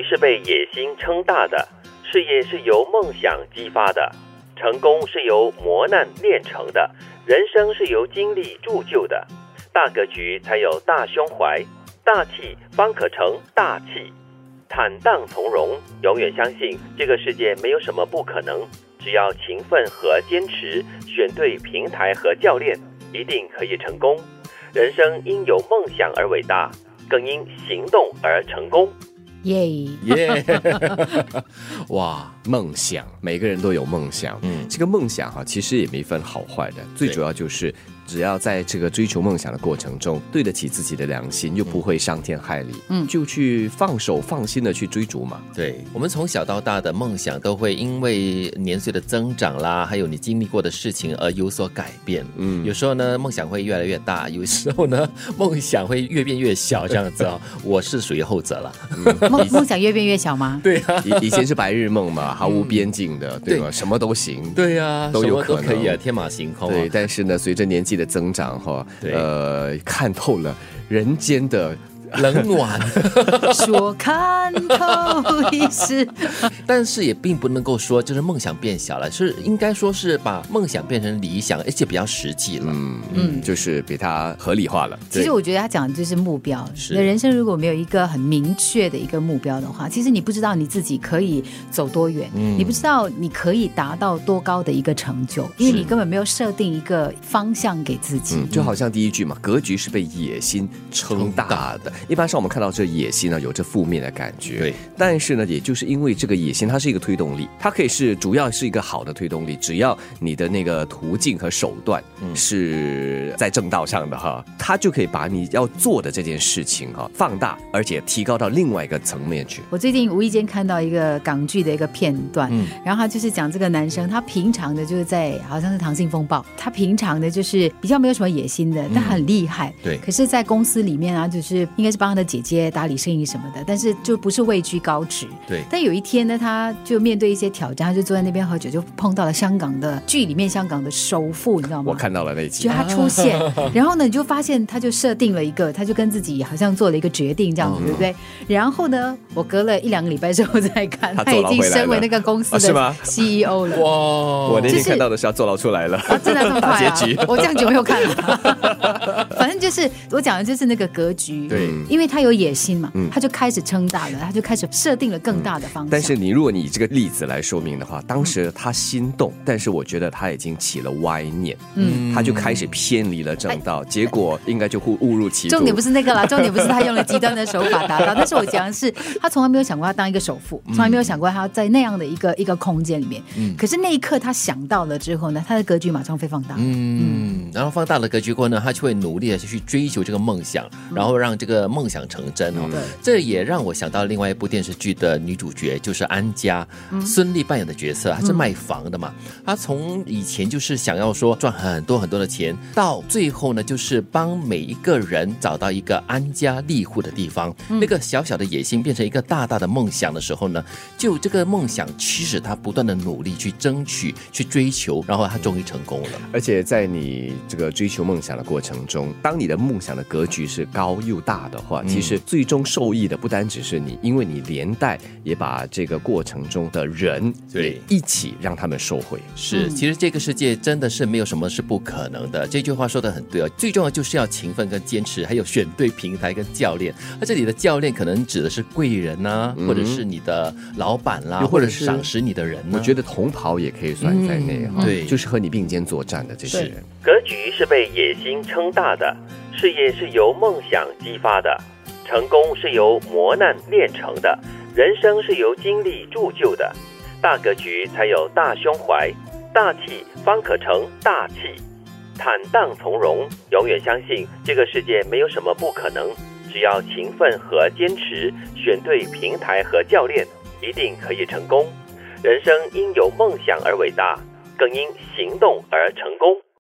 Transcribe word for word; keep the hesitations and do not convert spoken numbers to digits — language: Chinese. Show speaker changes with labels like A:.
A: 是被野心撑大的，事业是由梦想激发的，成功是由磨难练成的，人生是由经历铸就的。大格局才有大胸怀，大气方可成大气。坦荡从容，永远相信这个世界没有什么不可能，只要勤奋和坚持，选对平台和教练，一定可以成功。人生因有梦想而伟大，更因行动而成功。
B: 耶
C: 耶！哇，梦想，每个人都有梦想。嗯，这个梦想哈、啊，其实也没分好坏的，最主要就是只要在这个追求梦想的过程中，对得起自己的良心，又不会伤天害理，嗯，就去放手放心的去追逐嘛。
D: 对，我们从小到大的梦想都会因为年岁的增长啦，还有你经历过的事情而有所改变。嗯，有时候呢，梦想会越来越大，有时候呢，梦想会越变越小，这样子哦。我是属于后者了。
B: 嗯梦梦想越变越小吗？
D: 对啊，
C: 以以前是白日梦嘛，毫无边境的，对吧？什么都行。
D: 对啊，
C: 都有可能，
D: 什么都可以啊，天马行空、啊。
C: 对，但是呢，随着年纪的增长哈，呃，看透了人间的
D: 冷暖，
B: 说看透一世，
D: 但是也并不能够说就是梦想变小了，是应该说是把梦想变成理想，而且比较实际了。
C: 嗯嗯，就是比它合理化了。
B: 其实我觉得他讲的就是目标，你的人生如果没有一个很明确的一个目标的话，其实你不知道你自己可以走多远，嗯、你不知道你可以达到多高的一个成就，因为你根本没有设定一个方向给自己。
C: 嗯，就好像第一句嘛，格局是被野心撑大的。一般上我们看到这野心呢，有着负面的感觉。
D: 对，
C: 但是呢，也就是因为这个野心，它是一个推动力，它可以是主要是一个好的推动力，只要你的那个途径和手段是在正道上的哈，它就可以把你要做的这件事情哈放大，而且提高到另外一个层面去。
B: 我最近无意间看到一个港剧的一个片段，嗯、然后他就是讲这个男生，他平常的就是在好像是《溏心风暴》，他平常的就是比较没有什么野心的，但很厉害。
D: 嗯、对，
B: 可是，在公司里面啊，就是应该是帮他的姐姐打理生意什么的，但是就不是位居高职。
D: 对。
B: 但有一天呢，他就面对一些挑战，他就坐在那边喝酒，就碰到了香港的剧里面香港的首富，你知道吗？
C: 我看到了那一集，
B: 就他出现，啊、然后呢，你就发现他就设定了一个，他就跟自己好像做了一个决定，这样子，哦、对不对？然后呢，我隔了一两个礼拜之后再看，他, 他已经升为那个公司的 C E O 了。
C: 哇！我那天看到的是他坐牢出来了，
B: 啊、真的这么快啊！
C: 结局
B: 我这样久没有看了。反正就是我讲的就是那个格局，
C: 对，
B: 因为他有野心嘛，嗯、他就开始撑大了，他就开始设定了更大的方向。嗯、
C: 但是你如果你以这个例子来说明的话，当时他心动，嗯、但是我觉得他已经起了歪念，嗯，他就开始偏离了正道，哎、结果应该就会误入歧途。
B: 重点不是那个啦，重点不是他用了极端的手法达到，但是我讲的是他从来没有想过他当一个首富，从来没有想过他在那样的一个一个空间里面。嗯，可是那一刻他想到了之后呢，他的格局马上被放大。
D: 嗯，嗯然后放大了格局过后呢，他就会努力的去追求这个梦想，然后让这个梦想成真哦。嗯、这也让我想到另外一部电视剧的女主角，就是安家，嗯、孙俪扮演的角色，她是卖房的嘛。她从以前就是想要说赚很多很多的钱，到最后呢，就是帮每一个人找到一个安家立户的地方。嗯、那个小小的野心变成一个大大的梦想的时候呢，就这个梦想驱使她不断的努力去争取、去追求，然后她终于成功了。
C: 而且在你这个追求梦想的过程中，当你的梦想的格局是高又大的话，嗯、其实最终受益的不单只是你，因为你连带也把这个过程中的人对一起让他们受惠。
D: 是，其实这个世界真的是没有什么是不可能的，这句话说得很对哦。最重要就是要勤奋跟坚持，还有选对平台跟教练。那这里的教练可能指的是贵人啊，嗯、或者是你的老板啦，或者是赏识你的人呢。
C: 我觉得同袍也可以算在内哈、嗯，对，就是和你并肩作战的这些人。
A: 格局是被野心撑大的，事业是由梦想激发的，成功是由磨难练成的，人生是由经历铸就的。大格局才有大胸怀，大气方可成大气。坦荡从容，永远相信这个世界没有什么不可能，只要勤奋和坚持，选对平台和教练，一定可以成功。人生因有梦想而伟大，更因行动而成功。